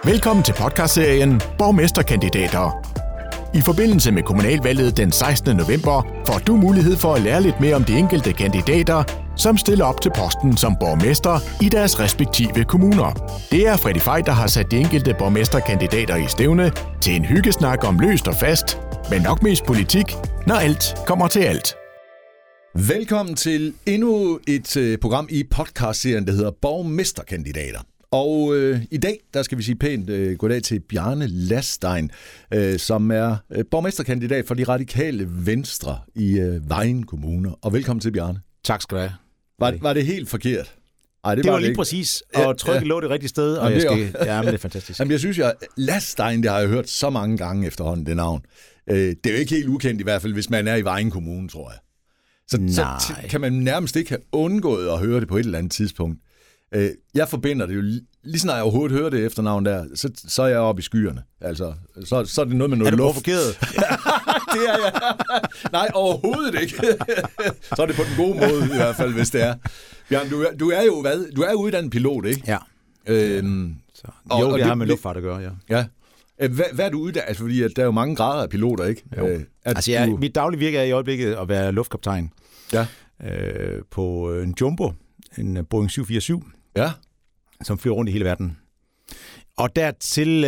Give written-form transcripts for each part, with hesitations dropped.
Velkommen til podcastserien Borgmesterkandidater. I forbindelse med kommunalvalget den 16. november får du mulighed for at lære lidt mere om de enkelte kandidater, som stiller op til posten som borgmester i deres respektive kommuner. Det er Freddy Fej, der har sat de enkelte borgmesterkandidater i stævne til en hyggesnak om løst og fast, men nok mest politik, når alt kommer til alt. Velkommen til endnu et program i podcastserien, der hedder Borgmesterkandidater. Og i dag, der skal vi sige pænt goddag til Bjarne Lastein, som er borgmesterkandidat for de radikale Venstre i Vejen Kommune. Og velkommen til, Bjarne. Tak skal du have. Var det helt forkert? Ej, det var lige ikke præcis, og trykket lå det rigtige sted, og men det er fantastisk. Jamen, jeg synes jo, Lastein, det har jeg hørt så mange gange efterhånden, det navn. Det er jo ikke helt ukendt i hvert fald, hvis man er i Vejen Kommune, tror jeg. Så kan man nærmest ikke have undgået at høre det på et eller andet tidspunkt. Jeg forbinder det jo, lige snart jeg overhovedet hører det efternavn der, så er jeg oppe i skyerne. Altså, så er det noget med noget luft. Er du provokeret? Det er jeg. Nej, overhovedet ikke. Så er det på den gode måde i hvert fald, hvis det er. Bjørn, du er jo du er uddannet pilot, ikke? Ja. Det har med luftfart at gøre, ja. Hvad er du uddannet? Altså, fordi der er jo mange grader af piloter, ikke? Mit daglige virke er i øjeblikket at være luftkaptajn. Ja. På en Jumbo, en Boeing 747, som flyver rundt i hele verden. Og dertil...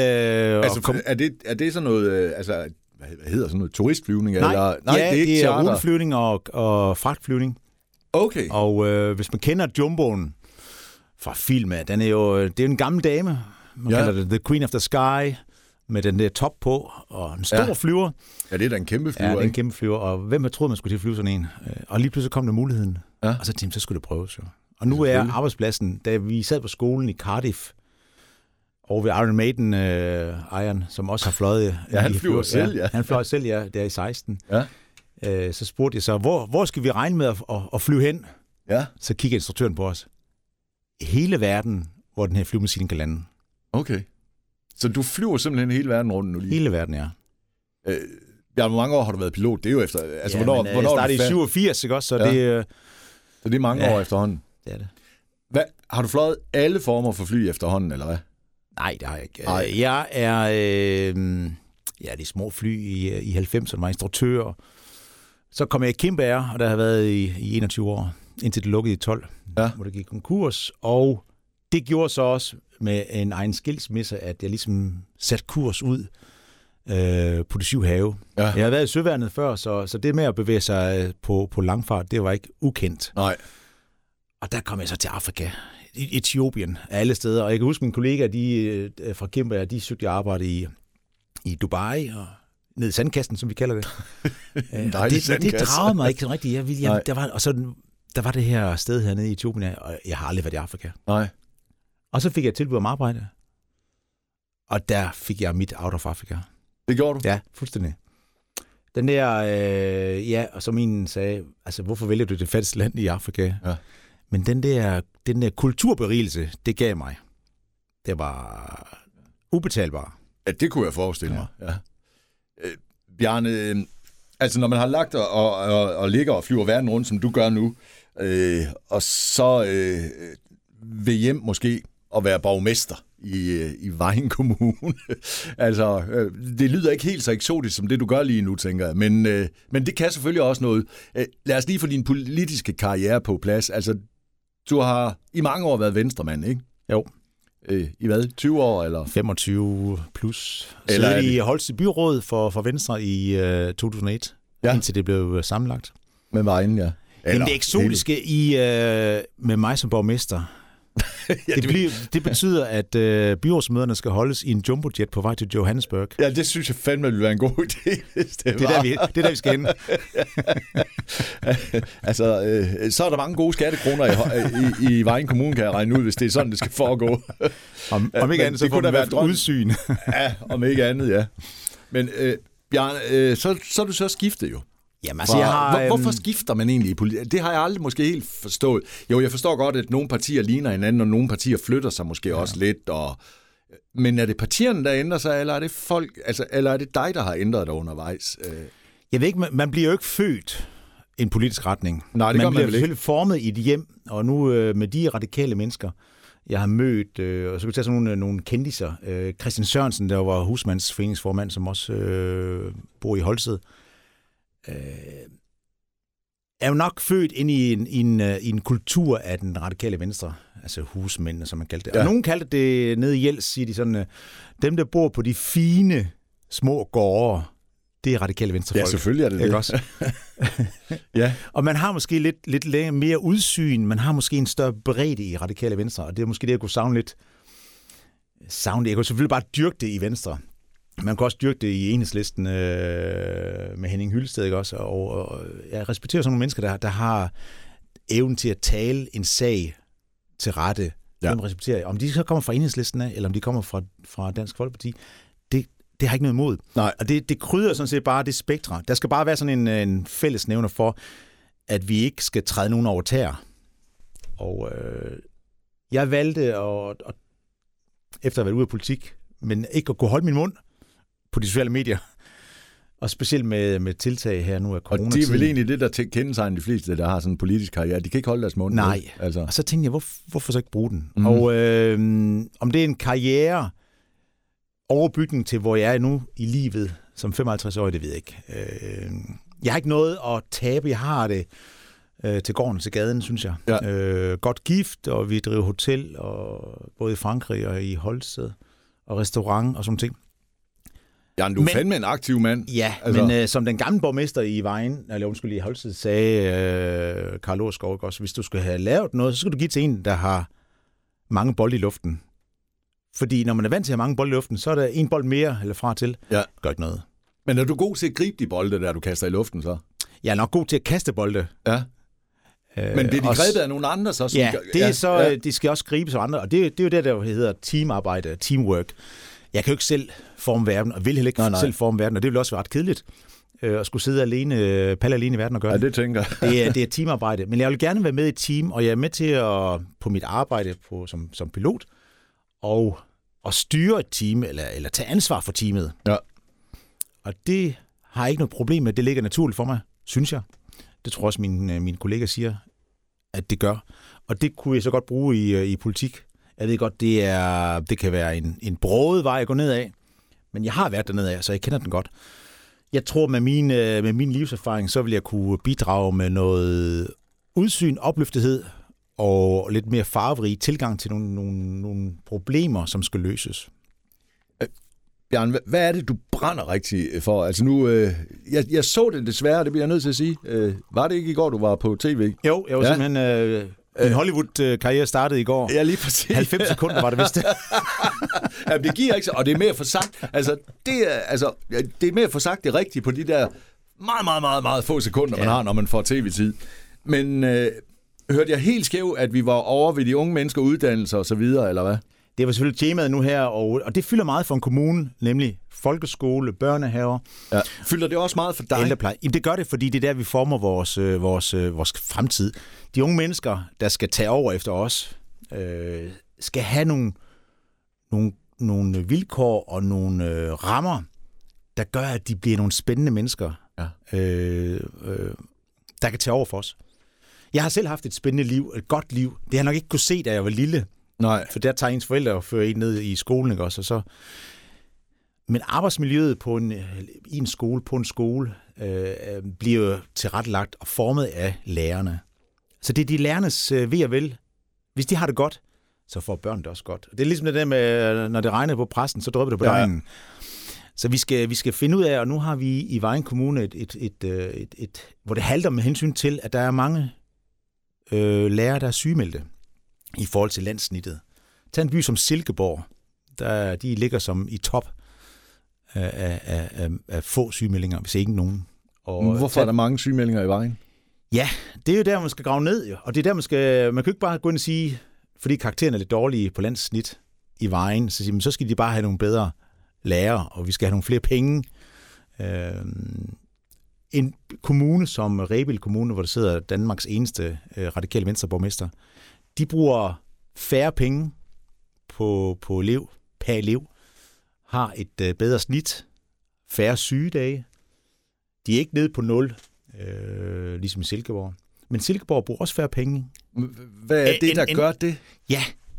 Er det sådan noget... hvad hedder sådan noget? Turistflyvning? Nej, det er ruteflyvning og fragtflyvning. Okay. Og hvis man kender Jumboen fra filmen, det er en gammel dame. Man kalder det The Queen of the Sky, med den der top på, og en stor flyver. Ja, det er da en kæmpe flyver, Ja, det er en kæmpe flyver, og hvem har troet, man skulle til at flyve sådan en? Og lige pludselig kom der muligheden, og så tænkte jeg, så skulle det prøves jo. Og nu er arbejdspladsen, da vi sad på skolen i Cardiff, over ved Iron Maiden, Iron, som også har fløjet. Ja, han flyver selv, Han fløj selv, der i 16. Ja. Så spurgte jeg så, hvor skal vi regne med at flyve hen? Ja. Så kigger instruktøren på os. Hele verden, hvor den her flyvemaskine kan lande. Okay. Så du flyver simpelthen hele verden rundt nu lige? Hele verden, ja. Hvor mange år har du været pilot? Det er jo efter... Altså, hvornår jeg startede i 87, ikke også? Så det er mange år efterhånden. Det er det. Har du fløjet alle former for fly efterhånden, eller hvad? Nej, det har jeg ikke. Jeg er de små fly i 90'erne, var instruktør. Så kom jeg i Kimber Air, og der har været i 21 år, indtil det lukkede i 12, hvor det gik konkurs. Og det gjorde så også med en egen skilsmisse, at jeg ligesom satte kurs ud på de 7 have. Ja. Jeg havde været i søværnet før, så det med at bevæge sig på langfart, det var ikke ukendt. Nej. Og der kom jeg så til Afrika, i Etiopien, alle steder. Og jeg kan huske, mine kollegaer fra Kimber, de søgte arbejde i Dubai, og ned i sandkassen, som vi kalder det. Det dragede mig ikke sådan rigtigt. Der var det her sted hernede i Etiopien, og jeg har aldrig været i Afrika. Nej. Og så fik jeg et tilbud om arbejde. Og der fik jeg mit out of Africa. Det gjorde du? Ja, fuldstændig. Den der, og som en sagde, altså hvorfor vælger du det fattigste land i Afrika? Ja. Men den der kulturberigelse, det gav mig. Det var ubetalbart. Ja, det kunne jeg forestille mig. Ja. Bjarne, altså når man har lagt og ligger og flyver verden rundt, som du gør nu, og så vil hjem måske at være borgmester i Vejen Kommune. Altså, det lyder ikke helt så eksotisk som det, du gør lige nu, tænker jeg. Men det kan selvfølgelig også noget. Lad os lige få din politiske karriere på plads. Altså, du har i mange år været venstremand, ikke? Jo. I hvad? 20 år, eller? 25 plus. Så i Holstebro byråd for Venstre i 2001, indtil det blev sammenlagt. Med Vejen, ja. Men det eksotiske med mig som borgmester, det betyder, at byrådsmøderne skal holdes i en jumbojet på vej til Johannesburg. Ja, det synes jeg fandme ville være en god idé, hvis det var. Det er der, vi skal hen. Altså, så er der mange gode skattekroner i Vejen Kommune, kan jeg regne ud, hvis det er sådan, det skal foregå. Om ikke andet, så får man været udsyn. Ja, om ikke andet, ja. Men Bjarne, så er du så skiftet jo. Jamen, altså, hvorfor skifter man egentlig i politik? Det har jeg aldrig måske helt forstået. Jo, jeg forstår godt, at nogle partier ligner hinanden, og nogle partier flytter sig måske også lidt. Men er det partierne, der ændrer sig, eller er det folk, altså, eller er det dig, der har ændret dig undervejs? Jeg ved ikke, man bliver jo ikke født i en politisk retning. Nej, det man bliver selvfølgelig formet i et hjem, og nu med de radikale mennesker, Jeg har mødt, og så kan vi tage sådan nogle kendiser. Christian Sørensen, der var husmandsforeningsformand, som også bor i Holsted, er jo nok født ind i en kultur af den radikale venstre, altså husmændene, som man kaldte det. Ja. Og nogen kaldte det nede i Jels, siger de sådan, dem, der bor på de fine små gårde, det er radikale venstrefolk. Ja, selvfølgelig er det det. Også? Ja. Og man har måske lidt mere udsyn, man har måske en større bredde i radikale venstre, og det er måske det, jeg kunne savne lidt. Jeg kunne selvfølgelig bare dyrke det i Venstre. Man kan også dyrke det i Enhedslisten med Henning Hyllested, ikke også? Og jeg respekterer sådan nogle mennesker, der har evnen til at tale en sag til rette. Ja. Dem respekterer jeg. Om de så kommer fra Enhedslisten af, eller om de kommer fra Dansk Folkeparti, det har ikke noget imod. Nej. Og det krydder sådan set bare det spektre. Der skal bare være sådan en fællesnævner for, at vi ikke skal træde nogen over tæer. Og jeg valgte, efter at have været ude af politik, men ikke at kunne holde min mund på de sociale medier. Og specielt med tiltag her nu af coronatiden. Og det er vel egentlig det, der kendetegner de fleste, der har sådan en politisk karriere. De kan ikke holde deres mund. Nej. Altså. Og så tænkte jeg, hvorfor så ikke bruge den? Mm. Og om det er en karriere overbygning til, hvor jeg er nu i livet som 55-årig, det ved jeg ikke. Jeg har ikke noget at tabe. Jeg har det til gården til gaden, synes jeg. Ja. Godt gift, og vi driver hotel, og både i Frankrig og i Holsted, og restaurant og sådan ting. Jan, du er fandme en aktiv mand. Ja, altså. Men som den gamle borgmester i Vejen, i Holsted, sagde Karl Årskov også, hvis du skal have lavet noget, så skal du give til en, der har mange bolde i luften. Fordi når man er vant til at have mange bolde i luften, så er der en bold mere eller fra til. Ja. Gør ikke noget. Men er du god til at gribe de bolde, der du kaster i luften så? Jeg er nok god til at kaste bolde. Ja. Men bliver de grebet af nogle andre så? Ja, det er så, ja. De skal også gribes af andre, og det er jo det, der hedder teamarbejde, teamwork. Jeg kan jo ikke selv forme verden, og vil heller ikke selv forme verden, og det vil også være ret kedeligt at skulle sidde palle alene i verden og gøre det. Ja, det tænker jeg. Det er teamarbejde. Men jeg vil gerne være med i et team, og jeg er med til at på mit arbejde som pilot, og styre et team, eller tage ansvar for teamet. Ja. Og det har jeg ikke noget problem med. Det ligger naturligt for mig, synes jeg. Det tror også mine kollegaer siger, at det gør. Og det kunne jeg så godt bruge i politik. Jeg ved godt, det kan være en broget vej at gå ned af, men jeg har været dernede af, så jeg kender den godt. Jeg tror, med min livserfaring, så vil jeg kunne bidrage med noget udsyn, opløftethed og lidt mere farverig tilgang til nogle problemer, som skal løses. Bjørn, hvad er det, du brænder rigtig for? Altså nu, jeg så det desværre, det bliver jeg nødt til at sige. Var det ikke i går, du var på tv? Jo, jeg var simpelthen... Min Hollywood-karriere startede i går. Ja, lige præcis. 90 sekunder var det vist. Jamen, det giver ikke så, og det er mere for sagt. Altså, det er mere for sagt det rigtige på de der meget, meget, meget, meget få sekunder, man har, når man får tv-tid. Men hørte jeg helt skæv, at vi var over ved de unge mennesker, uddannelser og så videre, eller hvad? Det var selvfølgelig temaet nu her, og det fylder meget for en kommune, nemlig folkeskole, børnehaver. Ja. Fylder det også meget for dig? Ældrepleje. Jamen, det gør det, fordi det er der, vi former vores fremtid. De unge mennesker, der skal tage over efter os, skal have nogle vilkår og nogle rammer, der gør, at de bliver nogle spændende mennesker, der kan tage over for os. Jeg har selv haft et spændende liv, et godt liv. Det har jeg nok ikke kunne se, da jeg var lille. Nej. For der tager ens forældre og fører en ned i skolen, ikke også? Og så... Men arbejdsmiljøet på en skole, bliver jo tilrettelagt og formet af lærerne. Så det er de lærernes ved og vel. Hvis de har det godt, så får børn det også godt. Det er ligesom det der med, når det regner på præsten, så drypper det på dejen. Så vi skal finde ud af, og nu har vi i Vejen Kommune et hvor det halter med hensyn til, at der er mange lærere, der er sygemeldte i forhold til landssnittet. Tag en by som Silkeborg, de ligger som i top af få sygemeldinger, hvis ikke nogen. Og hvorfor er der mange sygemeldinger i Vejen? Ja, det er jo der, man skal grave ned. Jo. Og det er der, man kan ikke bare gå ind og sige, fordi karakteren er lidt dårlige på landssnit i Vejen, så skal de bare have nogle bedre lærere, og vi skal have nogle flere penge. En kommune som Rebild Kommune, hvor der sidder Danmarks eneste radikale venstreborgmester, de bruger færre penge på elev, per elev, har et bedre snit, færre sygedage. De er ikke nede på 0, ligesom i Silkeborg. Men Silkeborg bruger også færre penge. Hvad er det, der gør det? Ja,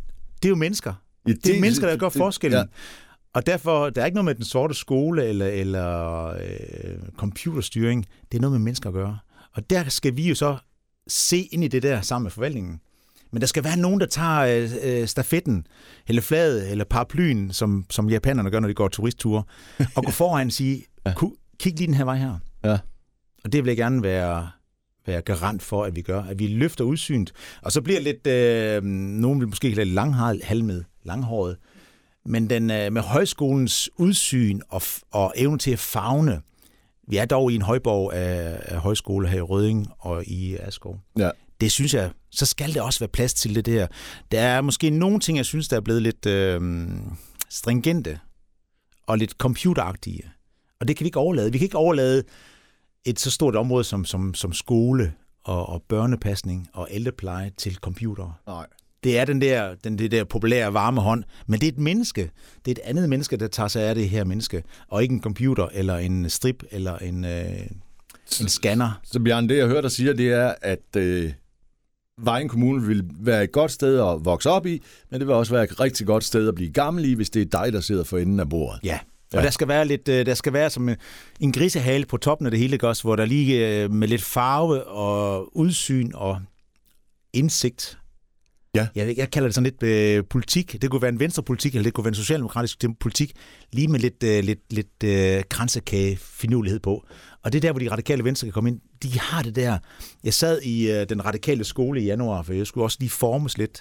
Det er jo mennesker. Det er mennesker, der gør forskellen. Ja. Og derfor, der er ikke noget med den sorte skole eller computerstyring. Det er noget med mennesker at gøre. Og der skal vi jo så se ind i det der sammen med forvaltningen. Men der skal være nogen, der tager stafetten, eller flaget, eller paraplyen, som japanerne gør, når de går turistture, og går foran og sige, kig lige den her vej her. Ja. Og det vil jeg gerne være garant for, at vi gør. At vi løfter udsynet. Og så bliver lidt, nogen vil måske lidt langhåret, men den med højskolens udsyn og evne til at favne. Vi er dog i en højborg af højskole her i Rødding og i Askov. Ja. Det synes jeg, så skal der også være plads til det der. Der er måske nogle ting, jeg synes, der er blevet lidt stringente og lidt computeragtige. Og det kan vi ikke overlade. Vi kan ikke overlade et så stort område som skole og børnepasning og ældrepleje til computer. Nej. Det er den der populære varme hånd, men det er et menneske. Det er et andet menneske, der tager sig af det her menneske, og ikke en computer eller en strip eller en scanner. Så Bjarne, det jeg hører dig siger, det er, at Vejen Kommune vil være et godt sted at vokse op i, men det vil også være et rigtig godt sted at blive gammel i, hvis det er dig, der sidder for enden af bordet. Ja. Og der skal være som en grisehale på toppen af det hele, også, hvor der lige med lidt farve og udsyn og indsigt. Ja. Jeg kalder det sådan lidt politik. Det kunne være en venstrepolitik, eller det kunne være en socialdemokratisk politik, lige med lidt kransekage-finurlighed på. Og det er der, hvor de radikale venstre kan komme ind. De har det der. Jeg sad i den radikale skole i januar, for jeg skulle også lige formes lidt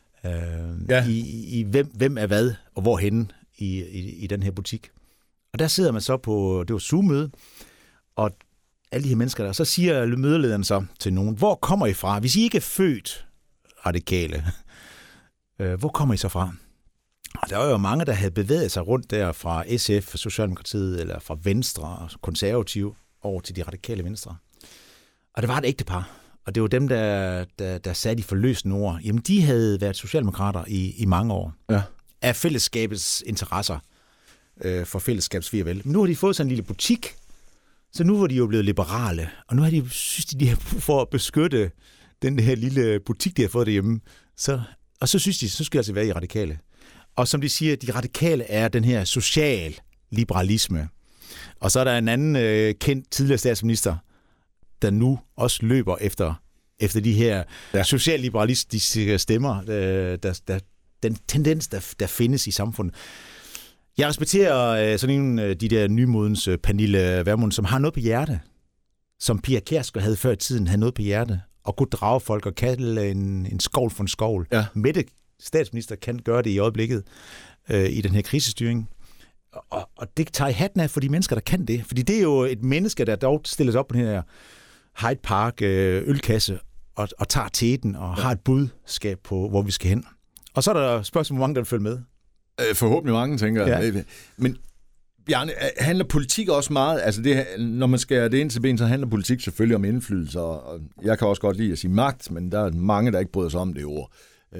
i hvem er hvad, og hvorhenne i den her butik. Og der sidder man så på, det var Zoom-møde, og alle de her mennesker der, så siger mødelederen så til nogen, hvor kommer I fra? Hvis I ikke er født radikale, hvor kommer I så fra? Og der var jo mange, der havde bevæget sig rundt der fra SF, Socialdemokratiet, eller fra Venstre og Konservative over til de radikale venstre. Og det var et ægtepar, og det var dem, der sagde de forløsende ord. Jamen, de havde været socialdemokrater i mange år. Ja. Af fællesskabets interesser for fællesskabsfirvel. Men nu har de fået sådan en lille butik, så nu var de jo blevet liberale, og nu har synes de har brug for at beskytte den her lille butik, de har fået derhjemme. Og så synes de, så skal de altså være i radikale. Og som de siger, de radikale er den her social liberalisme. Og så er der en anden kendt tidligere statsminister, der nu også løber efter de her socialliberalistiske stemmer, den tendens, der findes i samfundet. Jeg respekterer sådan en de der nymodens Pernille Vermund, som har noget på hjerte, som Pia Kjærsgaard havde før i tiden, havde noget på hjerte, og kunne drage folk og kalde en skovl for en skovl. Ja. Mette statsminister kan gøre det i øjeblikket i den her krisestyring. Og det tager i hatten af for de mennesker, der kan det. Fordi det er jo et menneske, der dog stiller sig op på den her Hyde Park ølkasse og tager teten og har et budskab på, hvor vi skal hen. Og så er der spørgsmål, hvor mange der vil følge med. Forhåbentlig mange, tænker jeg. Ja. Men Bjarne, handler politik også meget? Altså det, når man skærer det ind til ben, så handler politik selvfølgelig om indflydelse. Og jeg kan også godt lide at sige magt, men der er mange, der ikke bryder sig om det ord.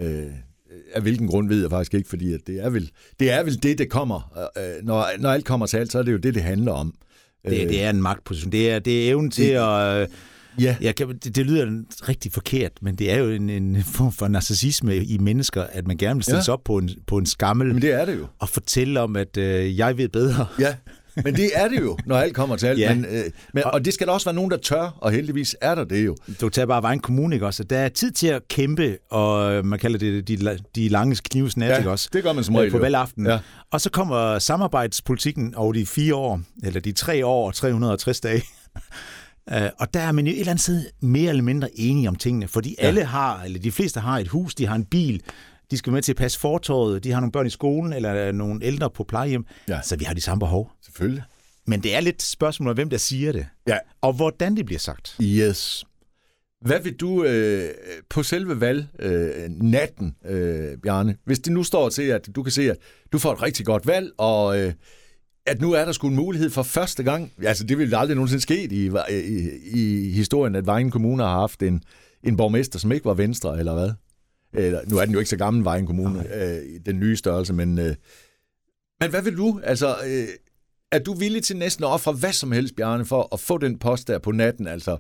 Af hvilken grund ved jeg faktisk ikke, fordi at det er vel det kommer. Når alt kommer til alt, så er det jo det handler om. Det er en magtposition. Det er evnen til at... Ja. Det lyder rigtig forkert, men det er jo en form for narcissisme i mennesker, at man gerne vil stille sig op på en skammel. Men det er det jo. Og fortælle om, at jeg ved bedre. Ja, men det er det jo, når alt kommer til alt. Ja. Og det skal der også være nogen, der tør, og heldigvis er der det jo. Du tager bare Vejen Kommune, ikke også? Der er tid til at kæmpe, og man kalder det de lange knivsnat, ikke også? Det gør man som regel på valgaften. Ja. Og så kommer samarbejdspolitikken over de 4 år, eller de 3 år og 360 dage. Og der er man jo et eller andet sted mere eller mindre enige om tingene, fordi alle har, eller de fleste har et hus, de har en bil, de skal med til at passe fortovet, de har nogle børn i skolen, eller nogle ældre på plejehjem, så vi har de samme behov. Selvfølgelig. Men det er lidt spørgsmål om, hvem der siger det, og hvordan det bliver sagt. Yes. Hvad vil du på selve valgnatten, Bjarne, hvis det nu står til, at du kan se, at du får et rigtig godt valg, og at nu er der sgu en mulighed for første gang, altså det ville aldrig nogensinde sket i historien, at Vejen Kommune har haft en borgmester, som ikke var venstre, eller hvad? Nu er den jo ikke så gammel, Vejen Kommune, den nye størrelse, men hvad vil du? Altså, er du villig til næsten at ofre hvad som helst, Bjarne, for at få den post der på natten? Altså,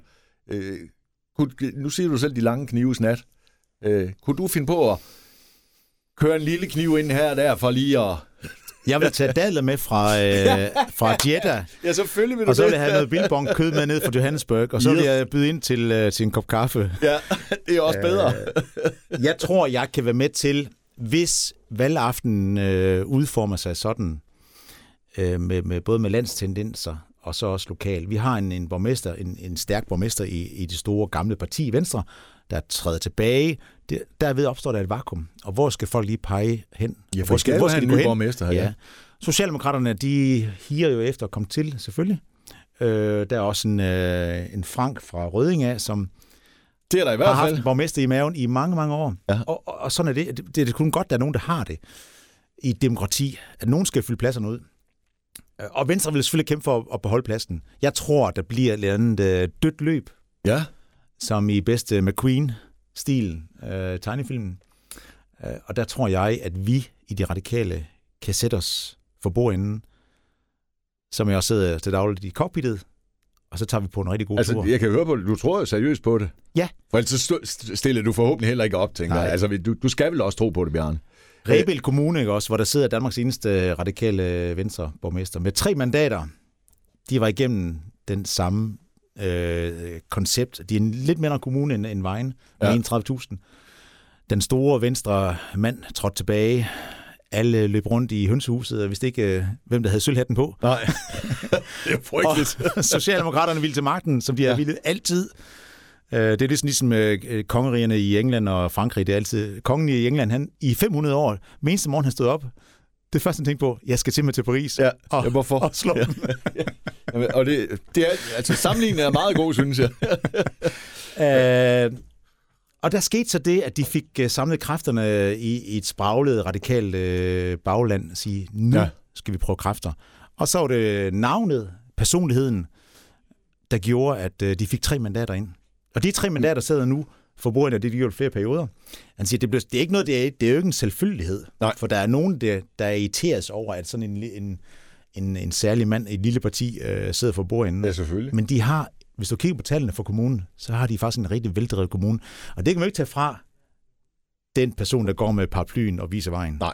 nu siger du selv de lange knives nat. Kunne du finde på at køre en lille kniv ind her og der for lige at... Jeg vil tage dadler med fra Jeddah. Ja, selvfølgelig vil du. Og så vil jeg have noget bilbong kød med ned fra Johannesburg, og så vil jeg byde ind til en kop kaffe. Ja, det er også bedre. Jeg tror, jeg kan være med til, hvis valgaftenen udformer sig sådan, både med landstendenser og så også lokalt. Vi har en borgmester, en stærk borgmester i det store gamle parti Venstre, der træder tilbage. Derved opstår der et vakuum. Og hvor skal folk lige pege hen? Ja, for hvor skal en ny borgmester her? Ja. Socialdemokraterne, de higer jo efter at komme til, selvfølgelig. Der er også en Frank fra Rødding af, som det er der i hvert fald. Har haft en borgmester i maven i mange, mange år. Ja. Og sådan er det. Det er kun godt, at der er nogen, der har det i et demokrati. At nogen skal fylde pladserne ud. Og Venstre vil selvfølgelig kæmpe for at beholde pladsen. Jeg tror, der bliver et andet dødt løb. Ja. Som i bedste McQueen-stil, tegnefilmen. Og der tror jeg, at vi i de radikale kan sætte os for bordenden, som jeg også sidder til dagligt i cockpittet, og så tager vi på en rigtig god tur. Jeg kan høre på det. Du tror jo seriøst på det. Ja. For ellers så stiller du forhåbentlig heller ikke op, tænker jeg. Altså, du skal vel også tro på det, Bjarne? Rebild Kommune, ikke også, hvor der sidder Danmarks eneste radikale Venstre-borgmester. Med 3 mandater, de var igennem den samme koncept. De er en lidt mindre kommune end Vejen, med 31.000. Den store venstre mand trådte tilbage. Alle løb rundt i hønsehuset, og vidste ikke, hvem der havde sølvhatten på. Nej, det er frygteligt. Og Socialdemokraterne ville til magten, som de har ville altid. Det er ligesom kongerigerne i England og Frankrig. Det er altid kongen i England, han i 500 år, den eneste morgen han stod op, det første han tænkte på, jeg skal simpelthen til Paris. Ja, hvorfor? Og slå dem. Og det er, altså sammenligningen er meget god, synes jeg. Og der skete så det, at de fik samlet kræfterne i et spraglet radikalt bagland og sige, nu skal vi prøve kræfter. Og så var det navnet, personligheden, der gjorde, at de fik 3 mandater ind. Og de 3 mandater sidder nu for bordene, og det har de gjort flere perioder. Han siger, det er ikke noget, det er jo ikke en selvfølgelighed. Nej. For der er nogen, der irriteres over, at sådan en særlig mand i et lille parti sidder for bordenden. Ja, selvfølgelig. Men de har, hvis du kigger på tallene for kommunen, så har de faktisk en rigtig veldrevet kommune. Og det kan man ikke tage fra den person, der går med paraplyen og viser vejen. Nej.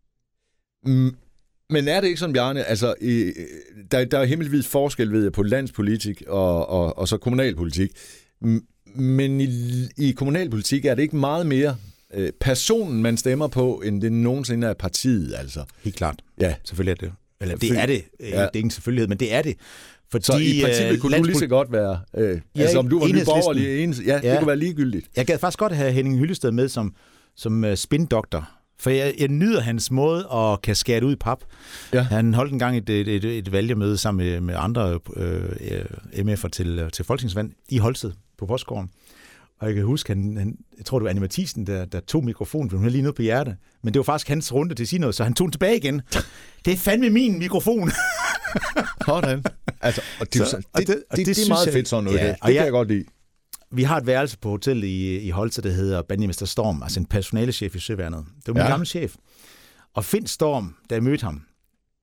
Men er det ikke sådan, Bjarne? Altså, der er himmelvid forskel, ved jeg, på landspolitik og så kommunalpolitik. Men i kommunalpolitik er det ikke meget mere personen, man stemmer på, end det nogensinde er partiet, altså. Helt klart. Ja. Selvfølgelig er det. Eller det er det. Ja. Det er ikke en selvfølgelighed, men det er det. Fordi, så i princippet kunne du lige så godt være, altså om du var nyborgerlig, det kunne være ligegyldigt. Jeg gad faktisk godt have Henning Hyllested med som spindoktor. For jeg nyder hans måde at kan skære det ud i pap. Ja. Han holdt engang et vælgermøde sammen med andre MF'er til folketingsvalg i Holsted på Postgården. Og jeg kan huske, jeg tror det var Anne Mathisen, der tog mikrofonen, for hun havde lige noget på hjertet. Men det var faktisk hans runde til at sige noget, så han tog den tilbage igen. Det er fandme min mikrofon. Sådan. Altså, og det er meget fedt sådan noget. Ja, det kan jeg godt lide. Vi har et værelse på hotellet i Holsted, der hedder Bandemester Storm, altså en personalechef i Søværnet. Det var min gamle chef. Og Finn Storm, da jeg mødte ham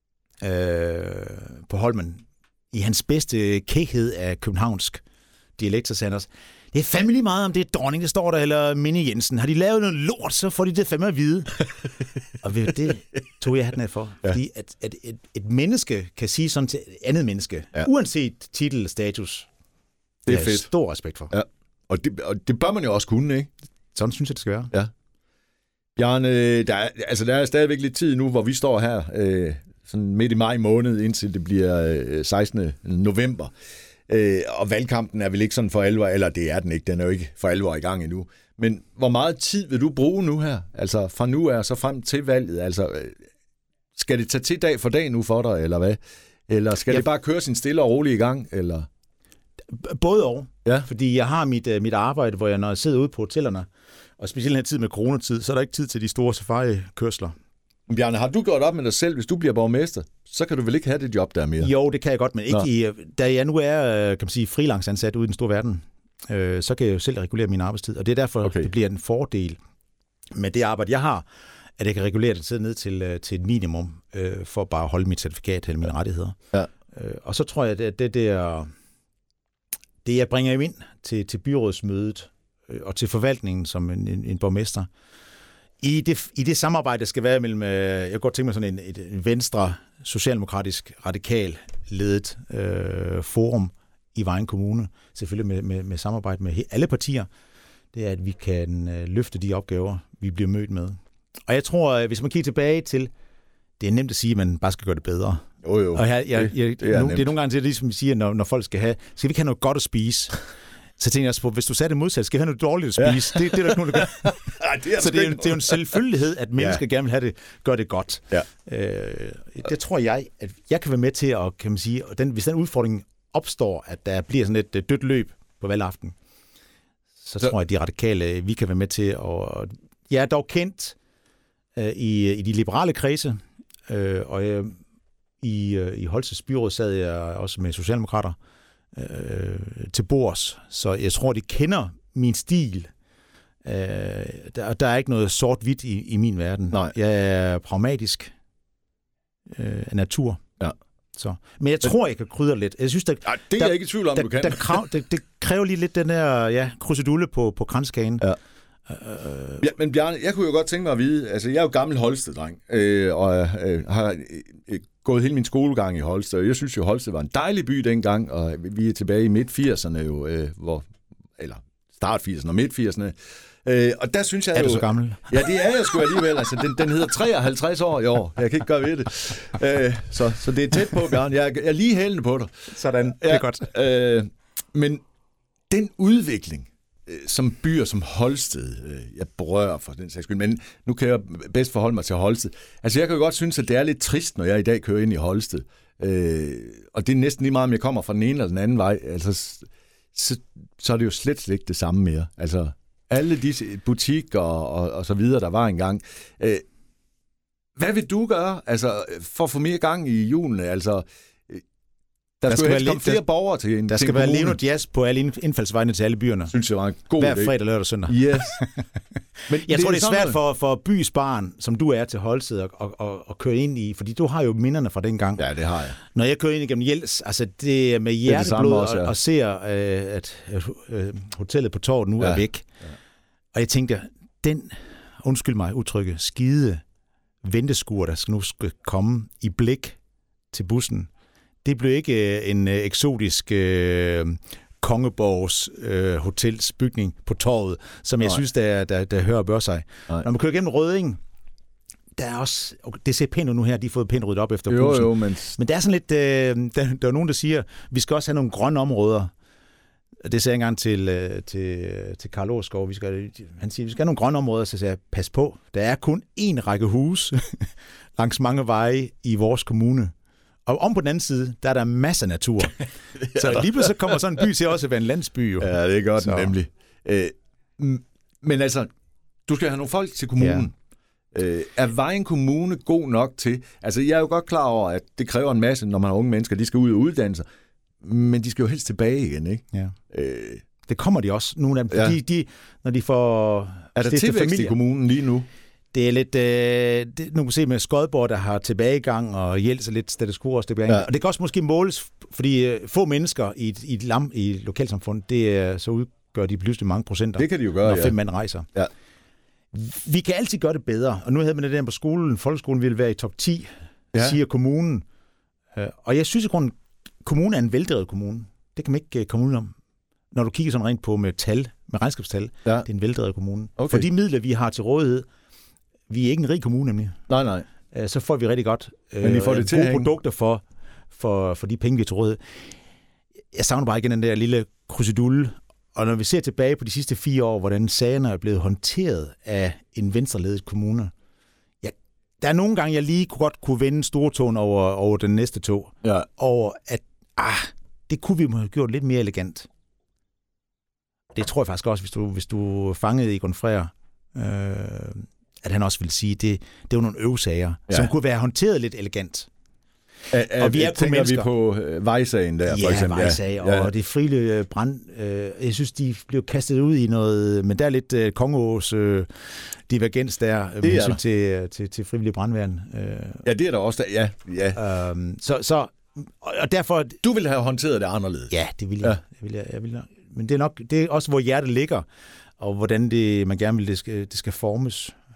på Holmen, i hans bedste kækhed af københavnsk dialekt, så sagde han også, det er fandme lige meget, om det er Dronning, der står der, eller Minnie Jensen. Har de lavet noget lort, så får de det fandme at vide. Og det tog jeg hatten af for. Ja. Fordi at et menneske kan sige sådan til et andet menneske, uanset titel og status. Det er fedt. Stor respekt for. Ja. Og det bør man jo også kunne, ikke? Sådan synes jeg, det skal være. Ja. Bjarne, der er stadigvæk lidt tid nu, hvor vi står her sådan midt i maj måned, indtil det bliver 16. november. Og valgkampen er vel ikke sådan for alvor, eller det er den ikke, den er jo ikke for alvor i gang endnu. Men hvor meget tid vil du bruge nu her? Altså fra nu af så frem til valget? Altså, skal det tage til dag for dag nu for dig, eller hvad? Eller skal det bare køre sin stille og roligt i gang, eller... Både og. Ja. Fordi jeg har mit arbejde, hvor når jeg sidder ude på hotellerne, og specielt her tid med coronatid, så er der ikke tid til de store safari-kørsler. Bjarne, har du gjort op med dig selv, hvis du bliver borgmester, så kan du vel ikke have det job der mere? Jo, det kan jeg godt, men ikke da jeg nu er, kan man sige, freelance-ansat ude i den store verden, så kan jeg jo selv regulere min arbejdstid, og det er derfor, det bliver en fordel med det arbejde, jeg har, at jeg kan regulere det ned til et minimum, for bare at holde mit certifikat eller mine rettigheder. Ja. Og så tror jeg, at det jeg bringer ind til byrådsmødet og til forvaltningen som en borgmester, I det samarbejde, der skal være mellem, jeg kan godt tænke mig sådan et venstre, socialdemokratisk, radikal ledet forum i Vejen Kommune, selvfølgelig med samarbejde med alle partier, det er, at vi kan løfte de opgaver, vi bliver mødt med. Og jeg tror, hvis man kigger tilbage til, det er nemt at sige, at man bare skal gøre det bedre. Jo. Og det er nogle gange, det er ligesom vi siger, når folk skal vi ikke have noget godt at spise? Så tænker jeg også på, hvis du sagde det modsat, skal vi have noget dårligt at spise? Ja. Det er der ikke nogen, der gør. Så det er jo en selvfølgelighed, at mennesker gerne vil have det, gør det godt. Ja. Det tror jeg, at jeg kan være med til at, kan man sige, hvis den udfordring opstår, at der bliver sådan et dødt løb på valgaften, så tror jeg, at de radikale, vi kan være med til at... Jeg er dog kendt i de liberale kredse, og i Holstes byråd sad jeg også med socialdemokrater til bords, så jeg tror, de kender min stil. Der er ikke noget sort-hvidt i min verden. Nej. Jeg er pragmatisk af natur. Ja. Så. Men jeg tror, jeg kan krydre lidt. Jeg synes, det er jeg ikke i tvivl om, du kan. Det kræver lige lidt den der krusedulle på kranskagen. Ja. Ja, men Bjarne, jeg kunne jo godt tænke mig at vide, altså jeg er jo gammel Holsted-dreng, og har gået hele min skolegang i Holsted, og jeg synes jo, Holsted var en dejlig by dengang, og vi er tilbage i midt-80'erne jo, eller start-80'erne og midt-80'erne, og der synes jeg er du så gammel? Ja, det er jeg sgu alligevel, altså den hedder 53 år i år, jeg kan ikke gøre ved det, så det er tæt på, Bjarne, jeg er lige hælende på dig. Sådan, det er godt. Men den udvikling, som byer som Holsted, jeg berører for den sags skyld, men nu kan jeg bedst forholde mig til Holsted. Altså jeg kan jo godt synes, at det er lidt trist, når jeg i dag kører ind i Holsted. Og det er næsten lige meget, om jeg kommer fra den ene eller den anden vej. Altså, så er det jo slet ikke det samme mere. Altså alle disse butikker og så videre, der var engang. Hvad vil du gøre for at få mere gang i hjulene? Altså... Der skal helst komme flere borgere til en. Der skal være levende jazz på alle indfaldsvejene til alle byerne. Synes jeg var en god idé. Hver fredag, lørdag og søndag. Yes. Men jeg tror, det er svært for bys barn, som du er til Holsted, at køre ind i, fordi du har jo minderne fra dengang. Ja, det har jeg. Når jeg kører ind igennem Jels, altså det er med hjerteblod og ser, at hotellet på torvet nu er væk. Ja. Og jeg tænkte, undskyld mig udtrykket, skide venteskur, der nu skal komme i blik til bussen, det blev ikke en eksotisk Kongeborgs hotels bygning på torvet, som jeg synes, der hører og bør sig. Nej. Når man kører gennem Rødding, der er også... Det ser pænt ud nu her, de har fået pænt ryddet op efter bussen. Jo, men der er sådan lidt... Der er nogen, der siger, vi skal også have nogle grønne områder. Det sagde jeg engang til Karl Åskov. Han siger, vi skal have nogle grønne områder, så siger jeg, pas på, der er kun én række huse langs mange veje i vores kommune. Og om på den anden side, der er der masser af natur. Så lige pludselig kommer sådan en by til også at være en landsby. Jo. Ja, det er godt nemlig. Men altså, du skal have nogle folk til kommunen. Ja. Er Vejen Kommune god nok til... Altså, jeg er jo godt klar over, at det kræver en masse, når man er unge mennesker, de skal ud og uddanne sig. Men de skal jo helst tilbage igen, ikke? Ja. Det kommer de også, nogle af dem. Fordi når de får... Er der tilvækst i kommunen lige nu? Det er lidt, nu kan se med Skodborg, der har tilbagegang, og Jels er lidt status quo også tilbagegang. Ja. Og det kan også måske måles, fordi få mennesker i et lokalsamfund, så udgør de pludselig mange procenter, det kan de jo gøre, når 5 mand rejser. Ja. Vi kan altid gøre det bedre, og nu havde man det der på skolen, folkeskolen ville være i top 10, siger kommunen. Og jeg synes i grunden, kommunen er en veldrevet kommune. Det kan man ikke komme ud om. Når du kigger sådan rent på med regnskabstal, det er en veldrevet kommune. Okay. For de midler, vi har til rådighed, vi er ikke en rig kommune, nemlig. Nej. Så får vi rigtig godt men I får det gode produkter for de penge, vi har til rådighed. Jeg savner bare igen den der lille krusedulle. Og når vi ser tilbage på de sidste 4 år, hvordan sagerne er blevet håndteret af en venstreledet kommune, der er nogle gange, jeg lige kunne vende stortåen over den næste tog. Ja. Over at, det kunne vi have gjort lidt mere elegant. Det tror jeg faktisk også, hvis du fangede Egon Frehr, at han også vil sige, det var nogle øvesager, som kunne være håndteret lidt elegant. Og vi tænker vi på vejsagen der, for eksempel. Vejsag, og det frivillige brand. Jeg synes, de blev kastet ud i noget, men der er lidt Kongeås divergens der, med hensyn til frivillige brandværn. Ja, det er der også, ja. Så og derfor... Du ville have håndteret det anderledes. Ja, det ville jeg. Men det er også, hvor hjertet ligger, og hvordan man gerne vil, det skal formes.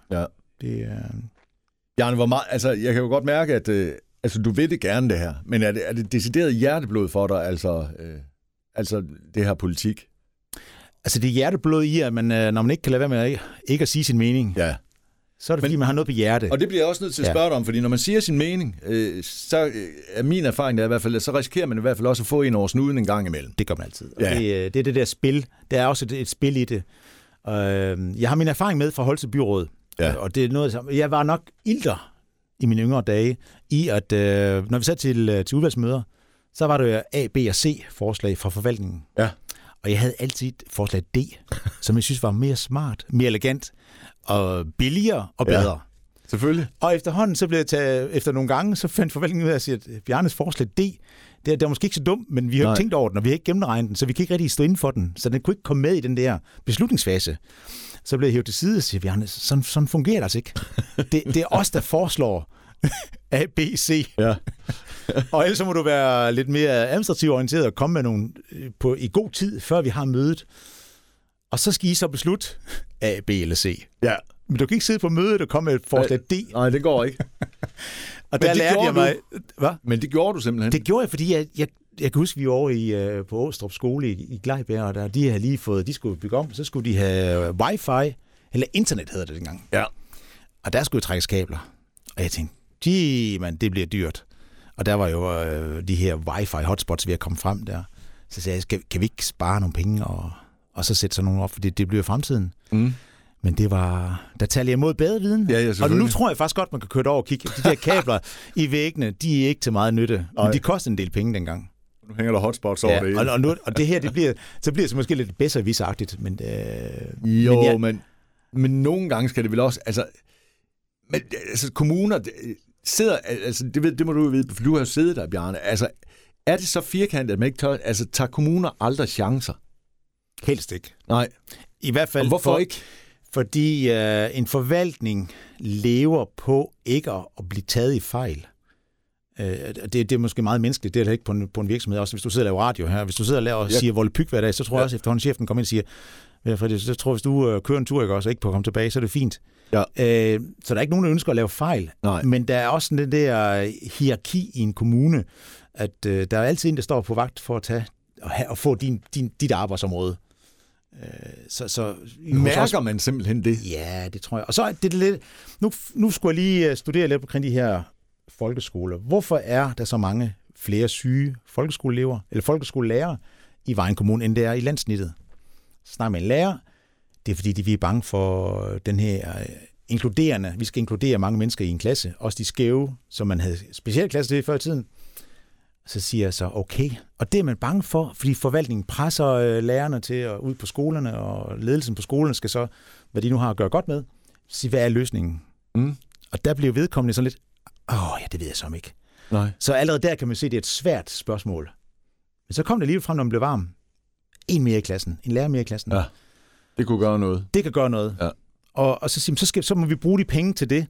Ja. Det er... Bjarne, hvor meget, altså, jeg kan jo godt mærke, at du vil det gerne, det her. Men er det decideret hjerteblod for dig, altså det her politik? Altså, det er hjerteblod i, at man, når man ikke kan lade være med ikke at sige sin mening, ja. Så er det, fordi man har noget på hjerte. Og det bliver jeg også nødt til at spørge dig om, fordi når man siger sin mening, så er min erfaring i hvert fald, så risikerer man i hvert fald også at få en over snuden en gang imellem. Det gør man altid. Ja. Det er det der spil. Der er også et spil i det. Jeg har min erfaring med fra Holstebro Byråd, og det er noget, jeg var nok ilter i mine yngre dage, i at når vi sad til udvalgsmøder, så var det A, B og C forslag fra forvaltningen. Ja. Og jeg havde altid forslag D, som jeg synes var mere smart, mere elegant, og billigere og bedre. Ja, selvfølgelig. Og efterhånden, så blev jeg taget, efter nogle gange, så fandt forvaltningen ud af at sige, at Bjarnes forslag D, det er måske ikke så dumt, men vi har ikke tænkt over den, og vi har ikke gennemregnet den, så vi kan ikke rigtig stå inden for den. Så den kunne ikke komme med i den der beslutningsfase. Så blev jeg hævet til side og siger, Bjarne, sådan fungerer det altså ikke. Det er os, der foreslår A, B, C. Ja. Og ellers så må du være lidt mere administrativt orienteret og komme med nogle i god tid, før vi har mødet. Og så skal I så beslutte A, B eller C. Ja. Men du kan ikke sidde på mødet og komme med et forslag D. Nej, det går ikke. Og der lærte jeg mig... Hvad? Men det gjorde du simpelthen? Det gjorde jeg, fordi jeg kan huske, vi var over på Åstrup skole i Glejbjerg, og der, de havde lige fået... De skulle bygge om, så skulle de have wifi, eller internet hedder det dengang. Ja. Og der skulle jo trækkes kabler. Og jeg tænkte, man, det bliver dyrt. Og der var jo de her wifi-hotspots ved at komme frem der. Så sagde jeg, kan vi ikke spare nogle penge og så sætte sådan nogle op, for det bliver fremtiden. Mm. Men det var... Der talte jeg imod bedre viden. Ja, og nu tror jeg faktisk godt, man kan køre over og kigge. De der kabler i væggene, de er ikke til meget nytte. Men de koster en del penge dengang. Nu hænger der hotspots over det. Og det her, det bliver så måske lidt bedre-visagtigt. Men, men nogle gange skal det vel også... Altså kommuner... sidder, altså det må du jo vide, for du har jo siddet der, Bjarne. Altså, er det så firkantet, at man ikke tør... Altså, tager kommuner aldrig chancer? Helst ikke. Nej. I hvert fald... Og hvorfor ikke? Fordi en forvaltning lever på ikke at blive taget i fejl. Det er måske meget menneskeligt, det er det ikke på en virksomhed. Også hvis du sidder og laver radio her, hvis du sidder og laver og siger volapyk hver dag, så tror jeg også, efterhånden chefen kommer ind og siger, Frederik, så tror jeg, hvis du kører en tur, ikke også, ikke på at komme tilbage, så er det fint. Ja. Så der er ikke nogen, der ønsker at lave fejl. Nej. Men der er også den der hierarki i en kommune, at der er altid en, der står på vagt for at tage og få dit arbejdsområde. Så mærker man simpelthen det? Ja, det tror jeg. Og så er det lidt... Nu skulle jeg lige studere lidt omkring de her folkeskoler. Hvorfor er der så mange flere syge folkeskoleelever eller folkeskolelærere i Vejen Kommune, end der er i landsnittet? Snakker med en lærer, det er fordi, vi er bange for den her inkluderende. Vi skal inkludere mange mennesker i en klasse, også de skæve, som man havde specielt klasse til før i tiden. Så siger jeg så, okay. Og det er man bange for, fordi forvaltningen presser lærerne til at ud på skolerne, og ledelsen på skolerne skal så, hvad de nu har at gøre godt med, sige, hvad er løsningen? Mm. Og der bliver vedkommende sådan lidt, det ved jeg så ikke. Nej. Så allerede der kan man se, at det er et svært spørgsmål. Men så kom det lige frem, når man blev varm. En mere i klassen. En lærer mere i klassen. Ja, det kunne gøre noget. Det kan gøre noget. Ja. Og så må vi bruge de penge til det.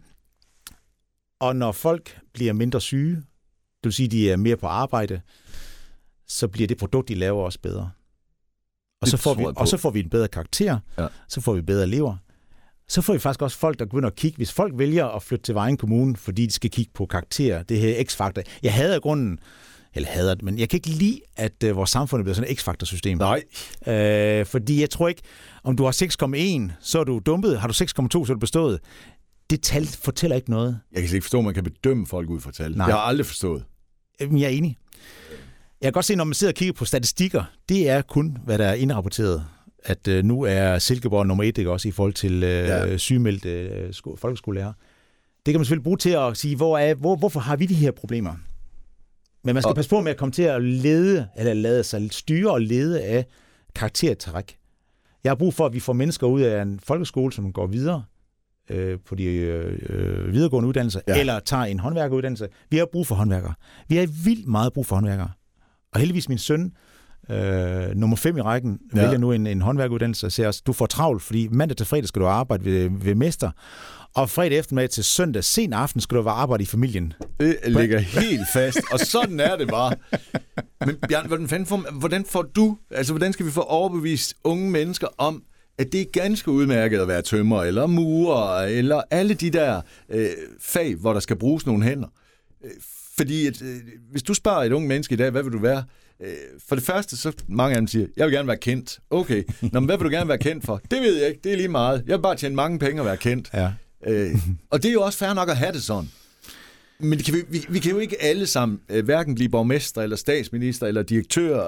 Og når folk bliver mindre syge, det vil sige, at de er mere på arbejde, så bliver det produkt, de laver, også bedre. Og så får vi en bedre karakter, så får vi bedre elever. Så får vi faktisk også folk, der begynder at kigge. Hvis folk vælger at flytte til Vejen Kommune, fordi de skal kigge på karakter, det her X-faktor. Jeg hader grunden, men jeg kan ikke lide, at vores samfund bliver sådan et X-faktor-system. Nej. Fordi jeg tror ikke, om du har 6,1, så er du dumpet. Har du 6,2, så er du bestået. Det tal fortæller ikke noget. Jeg kan slet ikke forstå, at man kan bedømme folk ud fra tal. Nej. Jeg har aldrig forstået. Jeg er enig. Jeg kan godt se, når man sidder og kigger på statistikker, det er kun, hvad der er indrapporteret. At nu er Silkeborg nummer 1, ikke, også i forhold til sygemeldte folkeskolelærer. Det kan man selvfølgelig bruge til at sige, hvorfor har vi de her problemer? Men man skal passe på med at komme til at lade sig styre og lede af karaktertræk. Jeg har brug for, at vi får mennesker ud af en folkeskole, som går videre på de videregående uddannelser, eller tager en håndværkeruddannelse. Vi har brug for håndværkere. Vi har vildt meget brug for håndværkere. Og heldigvis min søn, nummer 5 i rækken, vælger nu en håndværkeruddannelse og siger også, du får travlt, fordi mandag til fredag skal du arbejde ved mester, og fredag eftermiddag til søndag sen aften skal du arbejde i familien. Det ligger helt fast, og sådan er det bare. Men Bjarne, hvordan skal vi få overbevist unge mennesker om, at det er ganske udmærket at være tømrer, eller murer, eller alle de der fag, hvor der skal bruges nogle hænder. Fordi hvis du spørger et ungt menneske i dag, hvad vil du være? For det første, så mange af dem siger, jeg vil gerne være kendt. Okay, nå, men hvad vil du gerne være kendt for? Det ved jeg ikke, det er lige meget. Jeg vil bare tjene mange penge og være kendt. Ja. Og det er jo også fair nok at have det sådan. Men vi kan jo ikke alle sammen hverken blive borgmester, eller statsminister, eller direktør,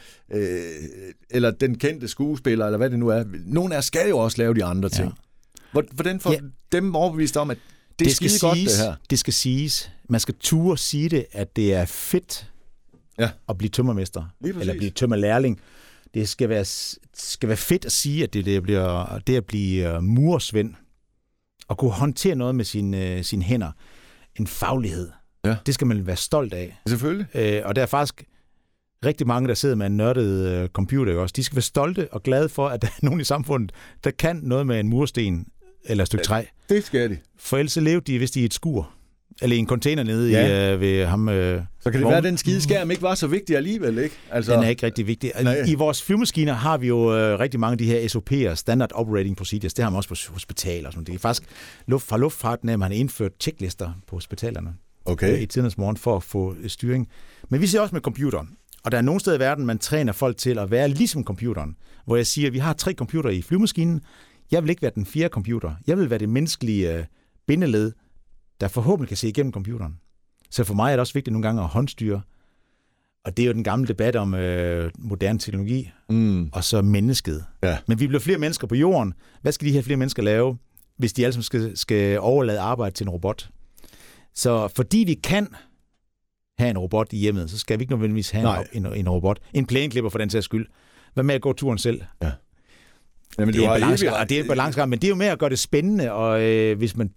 eller den kendte skuespiller, eller hvad det nu er. Nogle af os skal jo også lave de andre ting. Ja. Hvordan får dem overbevist om, at det skal siges, godt, det her? Det skal siges. Man skal ture sige det, at det er fedt at blive tømmermester, eller blive tømmerlærling. Det skal være fedt at sige, at det at blive murersvend, og kunne håndtere noget med sine hænder. En faglighed. Ja. Det skal man være stolt af. Selvfølgelig. Og der er faktisk rigtig mange, der sidder med en nørdet computer også. De skal være stolte og glade for, at der er nogen i samfundet, der kan noget med en mursten eller et stykke træ. Det skal de. For ellers så levede de, hvis de i et skur. Eller i en container nede ved ham. Så kan det være, at den skide skærm ikke var så vigtig alligevel, ikke? Altså, den er ikke rigtig vigtig. I vores flyvemaskiner har vi jo rigtig mange af de her SOP'er, Standard Operating Procedures. Det har man også på hospitaler og sådan. Det er faktisk fra luftfarten, at man har indført checklister på hospitalerne. Okay. I tidens morgen for at få styring. Men vi ser også med computer. Og der er nogle steder i verden, man træner folk til at være ligesom computeren. Hvor jeg siger, at vi har 3 computere i flyvemaskinen. Jeg vil ikke være den 4. computer. Jeg vil være det menneskelige bindeled, der forhåbentlig kan se igennem computeren. Så for mig er det også vigtigt nogle gange at håndstyre. Og det er jo den gamle debat om moderne teknologi, og så mennesket. Ja. Men vi bliver flere mennesker på jorden. Hvad skal de her flere mennesker lave, hvis de alle skal overlade arbejde til en robot? Så fordi vi kan have en robot i hjemmet, så skal vi ikke nødvendigvis have en robot. En plæneklipper for den sags skyld. Hvad med at gå turen selv? Ja. Jamen, det er en balancegang, men det er jo med at gøre det spændende, og hvis man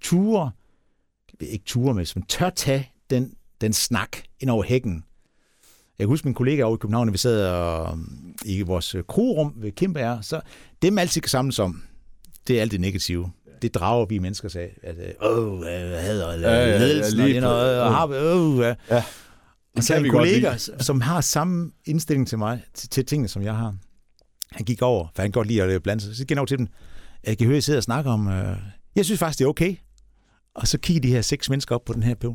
hvis man tør tage den snak ind over hækken. Jeg kan huske min kollega over i København, når vi sad i vores krorum ved Kimberg, så det man altid kan samles om, det er alt det negative. Det drager vi mennesker sig af. Hader ledelsen og det noget. Og så en kollega, som har samme indstilling til mig, til tingene, som jeg har. Han gik over, for han kan godt lide at blande sig. Så gik han over til dem. Jeg kan høre, at I sidder og snakker om, jeg synes faktisk, det er okay. Og så kigger de her 6 mennesker op på den her pævn.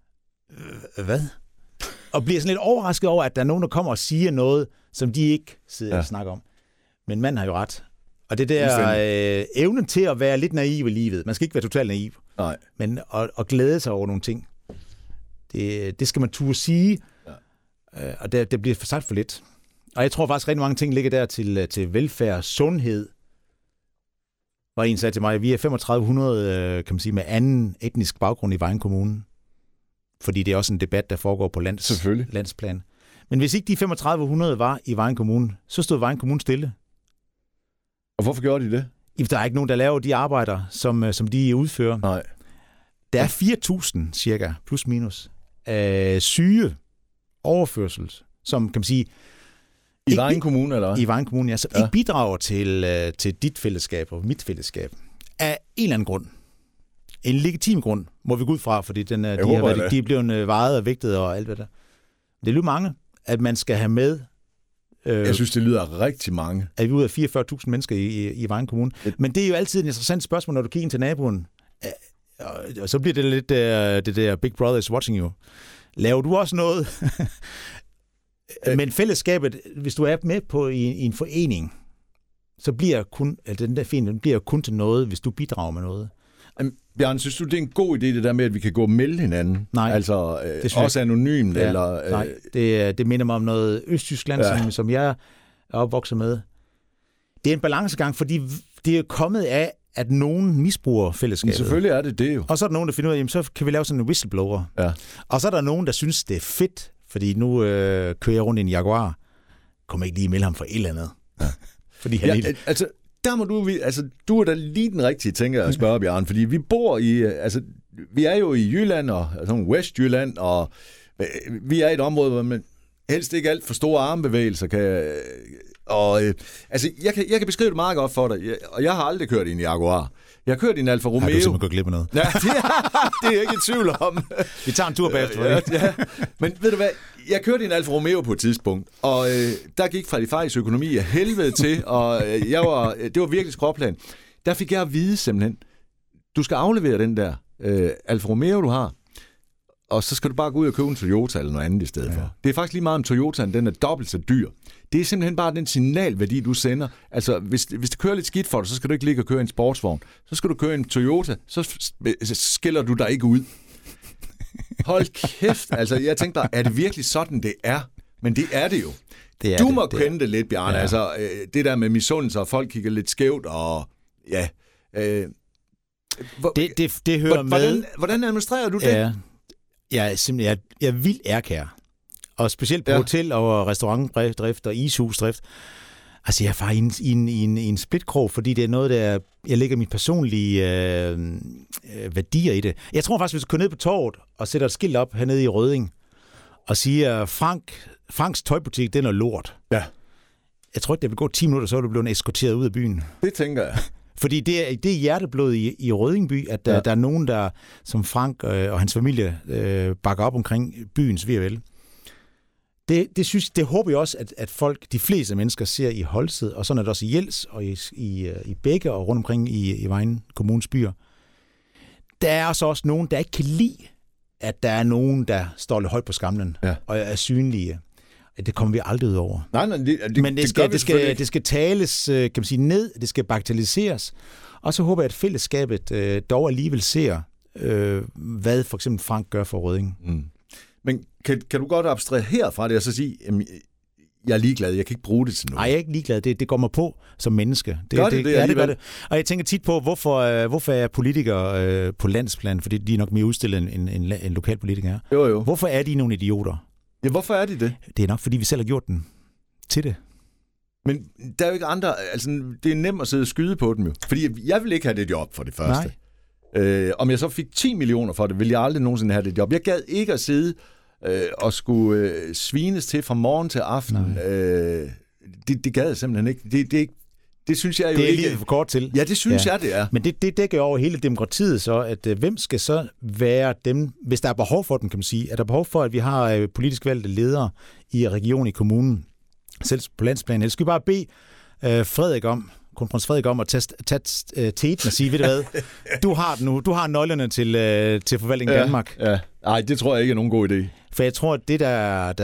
Hvad? Og bliver sådan lidt overrasket over, at der er nogen, der kommer og siger noget, som de ikke sidder og snakker om. Men manden har jo ret. Og det der evnen til at være lidt naiv i livet. Man skal ikke være totalt naiv. Nej. Men at glæde sig over nogle ting. Det skal man turde sige. Ja. Og det bliver sagt for lidt. Og jeg tror faktisk, rigtig mange ting ligger der til velfærd, sundhed. Og en sagde til mig, at vi er 3500 kan man sige, med anden etnisk baggrund i Vejen Kommune. Fordi det er også en debat, der foregår på landsplan. Men hvis ikke de 3500 var i Vejen Kommune, så stod Vejen Kommune stille. Og hvorfor gjorde de det? Der er ikke nogen, der laver de arbejder, som de udfører. Nej. Der er 4.000 cirka, plus minus, syge overførsels, som kan man sige... I Vejen Kommune, eller? I Vejen Kommune, ja. Så ikke bidrager til dit fællesskab og mit fællesskab. Af en eller anden grund. En legitim grund, må vi gå ud fra, fordi de er blevet vejet og vægtet og alt hvad der. Det lyder mange, at man skal have med... jeg synes, det lyder rigtig mange. At vi ud af 44.000 mennesker i Vejen Kommune. Men det er jo altid et interessant spørgsmål, når du kigger ind til naboen. Og så bliver det lidt det der Big Brother is watching you. Laver du også noget? Men fællesskabet, hvis du er med på i en forening, så bliver den der forening bliver kun til noget, hvis du bidrager med noget. Bjørn, synes du, det er en god idé, det der med, at vi kan gå og melde hinanden? Nej. Altså også anonymt? Ja, eller, nej, det minder mig om noget Østtyskland, som jeg er opvokset med. Det er en balancegang, fordi det er kommet af, at nogen misbruger fællesskabet. Men selvfølgelig er det jo. Og så er der nogen, der finder ud af, jamen, så kan vi lave sådan en whistleblower. Ja. Og så er der nogen, der synes, det er fedt, fordi nu kører jeg rundt i en Jaguar. Kommer ikke lige melde ham for et eller andet. Ja. Fordi han altså, der må du er da lige den rigtige, tænker jeg at spørge, Bjørn, fordi vi bor vi er jo i Jylland og Westjylland, og vi er i et område, hvor man helst ikke alt for store armbevægelser kan, Altså, jeg kan beskrive det meget godt for dig, og jeg har aldrig kørt i en Jaguar. Jeg har kørt i en Alfa Romeo. Har du simpelthen gået glip af noget? Ja, det er jeg ikke i tvivl om. Vi tager en tur bagefter. Ja. Men ved du hvad, jeg kørte i en Alfa Romeo på et tidspunkt, og der gik Freddy økonomi af helvede til, og det var virkelig skråplan. Der fik jeg at vide simpelthen, du skal aflevere den der Alfa Romeo, du har, og så skal du bare gå ud og købe en Toyota eller noget andet i stedet for. Det er faktisk lige meget om Toyotaen, den er dobbelt så dyr. Det er simpelthen bare den signalværdi, du sender. Altså, hvis det kører lidt skidt for dig, så skal du ikke ligge og køre en sportsvogn. Så skal du køre en Toyota, så skiller du dig ikke ud. Hold kæft. Altså, jeg tænkte bare, er det virkelig sådan, det er? Men det er det jo. Du må kende det lidt, Bjarne. Ja. Altså, det der med misundelse, og folk kigger lidt skævt, og ja... Det hører med. Hvordan administrerer du det? Ja. Jeg er vildt ærkær. Og specielt på hotel- og restaurantdrift og ishusdrift. Altså, jeg er faktisk i en splitkrog, fordi det er noget, der jeg lægger mine personlige værdier i det. Jeg tror faktisk, hvis du går ned på torvet og sætter et skilt op hernede i Rødding og siger, Franks tøjbutik, den er lort. Ja. Jeg tror ikke, det vil gå 10 minutter, så er du blevet eskorteret ud af byen. Det tænker jeg. Fordi det er hjerteblod i Røddingby, at der er nogen, der som Frank og hans familie bakker op omkring byens ve og vel. Det håber jeg også, at folk, de fleste mennesker, ser i Holsted, og sådan er det også i Jels og i Bække og rundt omkring i Vejen Kommunes byer. Der er også nogen, der ikke kan lide, at der er nogen, der står lidt højt på skamlen og er synlige. Det kommer vi aldrig ud over. Nej, men det skal tales, kan man sige, ned, det skal bagatelliseres, og så håber jeg, at fællesskabet dog alligevel ser, hvad for eksempel Frank gør for Rødding. Mm. Men kan du godt abstrahere herfra det og så sige, jeg er ligeglad, jeg kan ikke bruge det til noget? Nej, jeg er ikke ligeglad. Det går mig på som menneske. Det gør det. Og jeg tænker tit på, hvorfor er politikere på landsplan, fordi de er nok mere udstillet en lokalpolitiker er. Jo. Hvorfor er de nogle idioter? Ja, hvorfor er de det? Det er nok, fordi vi selv har gjort den til det. Men der er jo ikke andre, altså det er nemt at sidde og skyde på dem jo. Fordi jeg vil ikke have det job for det første. Om jeg så fik 10 millioner for det, ville jeg aldrig nogensinde have det job. Jeg gad ikke at sidde og skulle svines til fra morgen til aften. Det gad jeg simpelthen ikke. Det synes jeg jo ikke. Det er lige for kort til. Ja, det synes jeg, det er. Men det dækker over hele demokratiet så, at hvem skal så være dem, hvis der er behov for dem, kan man sige. Er der behov for, at vi har politisk valgte ledere i regionen, i kommunen, selv på landsplan? Eller skal vi bare bede kronprins Frederik om at tage teten og sige, ved du hvad, du har den nu, du har nøglerne til forvaltningen af Danmark. Ja. Nej, det tror jeg ikke er nogen god idé. For jeg tror, at det, der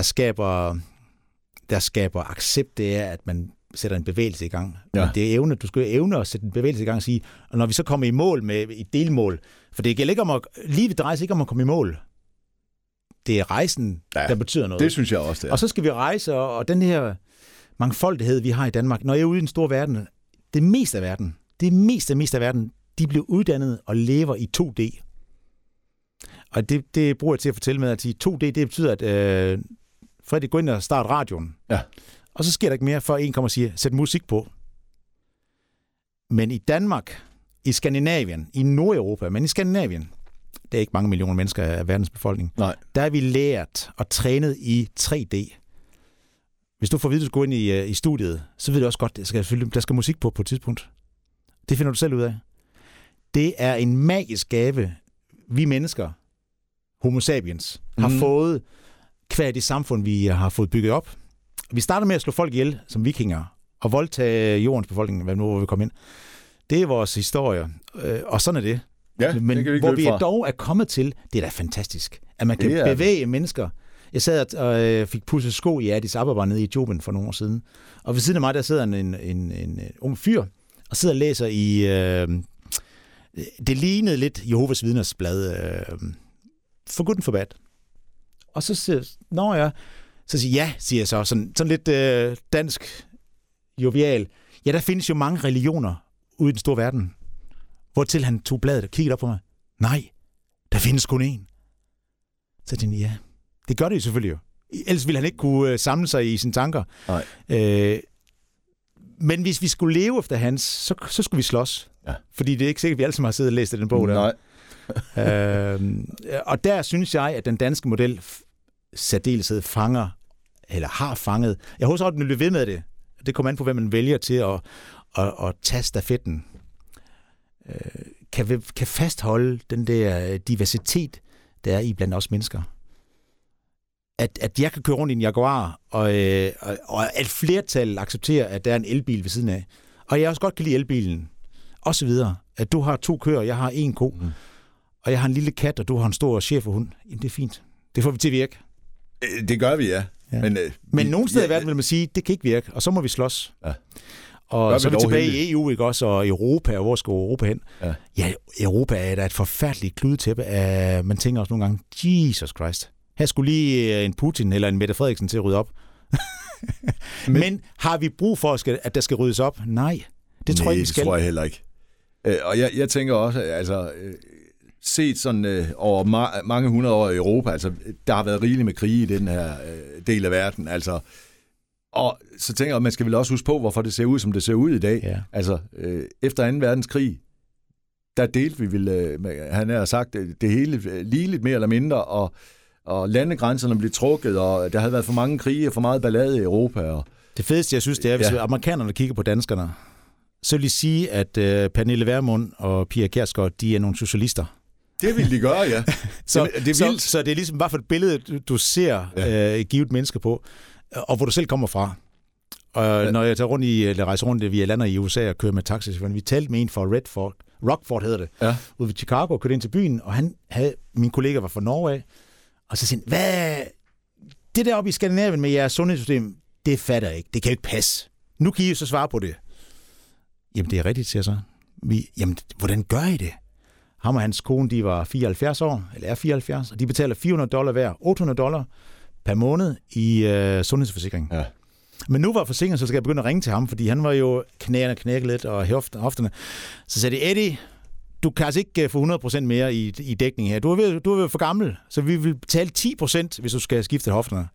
skaber accept, det er, at man sætter en bevægelse i gang. Ja. Det du skal jo evne at sætte en bevægelse i gang og sige, og når vi så kommer i mål med et delmål, for det gælder ikke om livet drejer sig ikke om at komme i mål. Det er rejsen, der betyder noget. Det synes jeg også, det er. Og så skal vi rejse, og den her mangfoldighed, vi har i Danmark, når jeg er ude i den store verden, det meste af verden, de bliver uddannet og lever i 2D. Og det bruger jeg til at fortælle med, at i 2D, det betyder, at Fredrik går ind og starter radioen. Ja. Og så sker der ikke mere, før en kommer og siger, sæt musik på. Men i Danmark, i Skandinavien, i Nordeuropa, men i Skandinavien, der er ikke mange millioner mennesker af verdens befolkning, der er vi lært og trænet i 3D. Hvis du får vidt, at du går ind i studiet, så ved du også godt, at der skal musik på et tidspunkt. Det finder du selv ud af. Det er en magisk gave, vi mennesker, Homo sapiens, har fået hver det samfund, vi har fået bygget op. Vi starter med at slå folk ihjel som vikinger, og voldtage jordens befolkning, hvad nu hvor vi kommer ind. Det er vores historie, og sådan er det. Ja, men det hvor vi dog er kommet til, det er da fantastisk, at man kan bevæge mennesker. Jeg sad og fik pudset sko i Addis Ababa nede i Etiopien for nogle år siden, og ved siden af mig, der sidder en ung fyr, og sidder og læser i, det lignede lidt Jehovas Vidners blad, For Good and For Bad. Og så siger jeg så, sådan lidt dansk jovial. Ja, der findes jo mange religioner ude i den store verden. Hvortil han tog bladet og kiggede op på mig. Nej, der findes kun én. Så tænkte jeg, ja, det gør det jo selvfølgelig jo. Ellers ville han ikke kunne samle sig i sine tanker. Nej. Men hvis vi skulle leve efter hans, så skulle vi slås. Ja. Fordi det er ikke sikkert, at vi alle sammen har siddet og læst den bog der. Nej. Og der synes jeg, at den danske model særdeleshed fanger, eller har fanget. Jeg håber så, at den bliver ved med det. Det kommer an på, hvad man vælger til at tage stafetten. Kan fastholde den der diversitet, der er i blandt os mennesker. At jeg kan køre rundt i en Jaguar, og at flertal accepterer, at der er en elbil ved siden af. Og jeg også godt kan lide elbilen. Og så videre. At du har 2 køer, jeg har 1 ko. Og jeg har en lille kat, og du har en stor schæferhund. Jamen, det er fint. Det får vi til at virke. Det gør vi, ja. Men nogle steder i verden vil man sige, det kan ikke virke, og så må vi slås. Ja. Og så er vi tilbage i EU, ikke også, og Europa, og hvor skal Europa hen? Ja, Europa er da et forfærdeligt kludetæppe af, man tænker også nogle gange, Jesus Christ. Her skulle lige en Putin eller en Mette Frederiksen til at rydde op. Men har vi brug for, at der skal ryddes op? Nej, det tror jeg ikke, vi skal. Det tror jeg heller ikke. Og jeg tænker også, altså set sådan over mange hundrede år i Europa, altså der har været rigeligt med krige i den her del af verden, altså. Og så tænker jeg, at man skal vel også huske på, hvorfor det ser ud, som det ser ud i dag. Ja. Altså, efter 2. verdenskrig, der delte vi vel, han har sagt, det hele ligeligt mere eller mindre, og landegrænserne blev trukket, og der havde været for mange krige og for meget ballade i Europa. Og det fedeste, jeg synes, det er, hvis amerikanerne kigger på danskerne, så vil de sige, at Pernille Vermund og Pia Kjærsgaard, de er nogle socialister. Det vil de gøre, ja. Så det er ligesom bare for et billede, du ser givet mennesker på, og hvor du selv kommer fra. Og når jeg rejser rundt via lander i USA og kører med taxi, vi talte med en fra Rockford hedder det, ude ved Chicago, og kørte ind til byen, og min kollega var fra Norge af, og så siger han, hvad det der oppe i Skandinavien med jeres sundhedssystem, det fatter jeg ikke, det kan jo ikke passe. Nu kan I jo så svare på det. Jamen det er rigtigt, siger så. Jamen, hvordan gør I det? Ham og hans kone, de var 74 år, eller er 74, og de betaler $400 hver, $800 per måned i sundhedsforsikring. Ja. Men nu var forsikringsselskabet begyndt at ringe til ham, fordi han var jo knækket lidt og hofterne. Så sagde de, Eddie, du kan altså ikke få 100% mere i dækning her. Du er for gammel, så vi vil betale 10%, hvis du skal skifte hofterne.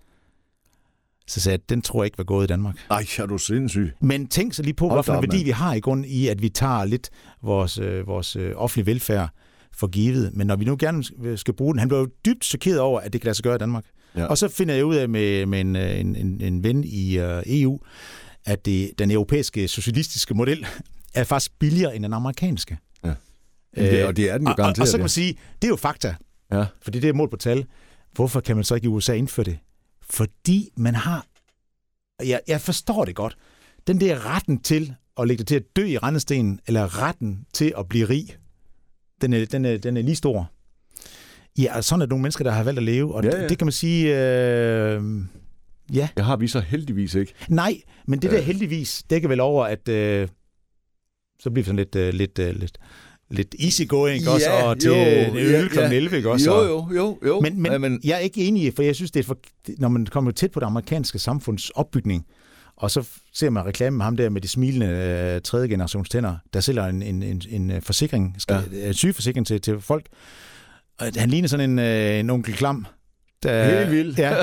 Så sagde jeg, den tror jeg ikke var gået i Danmark. Ej, er du sindssyg. Men tænk så lige på, hvorfor en værdi vi har i grund i, at vi tager lidt vores offentlige velfærd for givet. Men når vi nu gerne skal bruge den, han blev jo dybt chokeret over, at det kan lade sig gøre i Danmark. Ja. Og så finder jeg ud af med en ven i EU, at den europæiske socialistiske model er faktisk billigere end den amerikanske. Ja. Og det er den jo garanteret. Og så kan man sige, det er jo fakta. Ja. Fordi det er mål på tal. Hvorfor kan man så ikke i USA indføre det? Fordi man har, jeg forstår det godt, den der retten til at lægge det til at dø i rendestenen, eller retten til at blive rig, den er lige stor. Ja, sådan er nogle mennesker, der har valgt at leve, og det kan man sige, ja. Det har vi så heldigvis ikke. Nej, men det der heldigvis dækker vel over, at så bliver vi sådan lidt easygoing også, og til øl kl. 11, ikke også? Jo. Men jeg er ikke enig i, for jeg synes, det er når man kommer tæt på det amerikanske samfunds opbygning, og så ser man reklame med ham der med de smilende 3. generations tænder, der sælger en forsikring, en sygeforsikring til folk. Og han ligner sådan en onkel Klam. Helt vildt. Ja.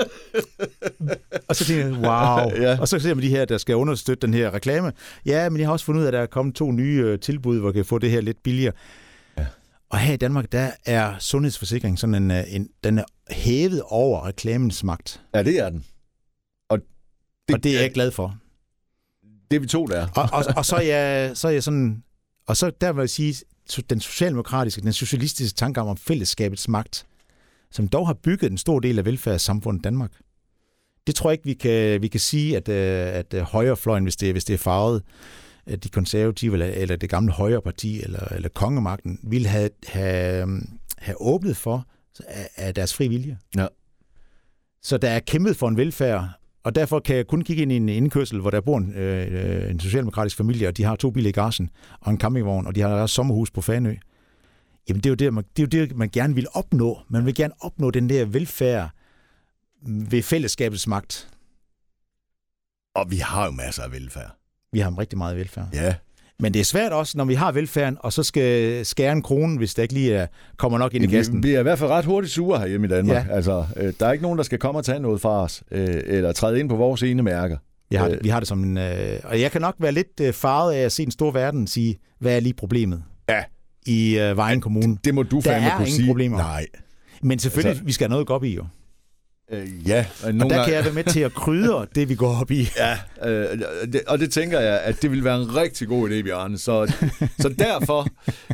Og så tænker jeg, wow. Ja. Og så ser man de her, der skal understøtte den her reklame. Ja, men jeg har også fundet ud af, at der er kommet 2 nye tilbud, hvor jeg kan få det her lidt billigere. Ja. Og her i Danmark, der er sundhedsforsikring sådan den er hævet over reklamens magt. Ja, det er den. Og det er jeg glad for. Det er vi 2, der er. og så er jeg sådan... Og så der vil jeg sige, den socialdemokratiske, den socialistiske tanke om fællesskabets magt, som dog har bygget en stor del af velfærdssamfundet i Danmark. Det tror jeg ikke, vi kan sige, at højrefløjen, hvis det er farvet, at de konservative eller det gamle højreparti eller kongemagten, ville have åbnet for af deres fri vilje. Ja. Så der er kæmpet for en velfærd, og derfor kan jeg kun kigge ind i en indkørsel, hvor der bor en socialdemokratisk familie, og de har 2 biler i garagen og en campingvogn, og de har også sommerhus på Fanø. Jamen, det er jo det, man gerne vil opnå. Man vil gerne opnå den der velfærd ved fællesskabets magt. Og vi har jo masser af velfærd. Vi har rigtig meget velfærd. Ja. Men det er svært også, når vi har velfærden, og så skal skære en krone, hvis der ikke lige kommer nok ind i kassen. Vi er i hvert fald ret hurtigt sure herhjemme i Danmark. Ja. Altså, der er ikke nogen, der skal komme og tage noget fra os, eller træde ind på vores ene mærker. Vi har det som en... og jeg kan nok være lidt farvet af at se en stor verden sige, hvad er lige problemet? Ja. I Vejen Kommune. Det må du fandme kunne sige. Der er ingen problemer. Nej. Men selvfølgelig, vi skal have noget at gå op i, jo. Ja. Og der kan jeg være med til at krydre det, vi går op i. Ja, og det tænker jeg, at det vil være en rigtig god idé, Bjarne. Så derfor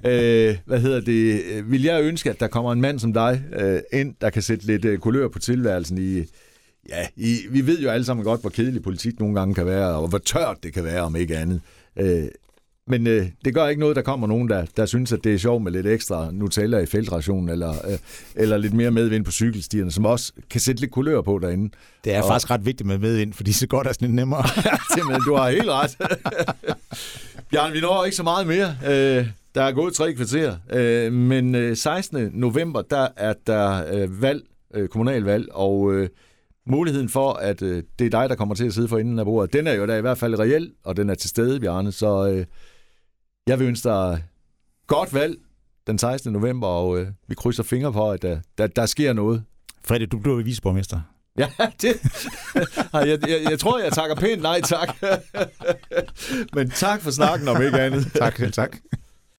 vil jeg ønske, at der kommer en mand som dig ind, der kan sætte lidt kulør på tilværelsen i... Ja, vi ved jo alle sammen godt, hvor kedelig politik nogle gange kan være, og hvor tørt det kan være, om ikke andet. Men det gør ikke noget, der kommer nogen, der synes, at det er sjovt med lidt ekstra Nutella i feltrationen, eller lidt mere medvind på cykelstierne, som også kan sætte lidt kulør på derinde. Det er faktisk ret vigtigt med medvind, fordi så går der sådan lidt nemmere. Simpelthen, du har helt ret. Bjarne, vi når ikke så meget mere. Der er gået 3 kvarter. Men 16. november, der er der kommunalvalg, og... muligheden for, at det er dig, der kommer til at sidde for enden af bordet, den er jo da i hvert fald reel, og den er til stede, Bjarne. Så jeg vil ønske dig godt valg den 16. november, og vi krydser fingre på, at der sker noget. Freddy, du bliver viceborgmester. Ja, det. Jeg tror, jeg takker pænt nej tak. Men tak for snakken om ikke andet. Tak.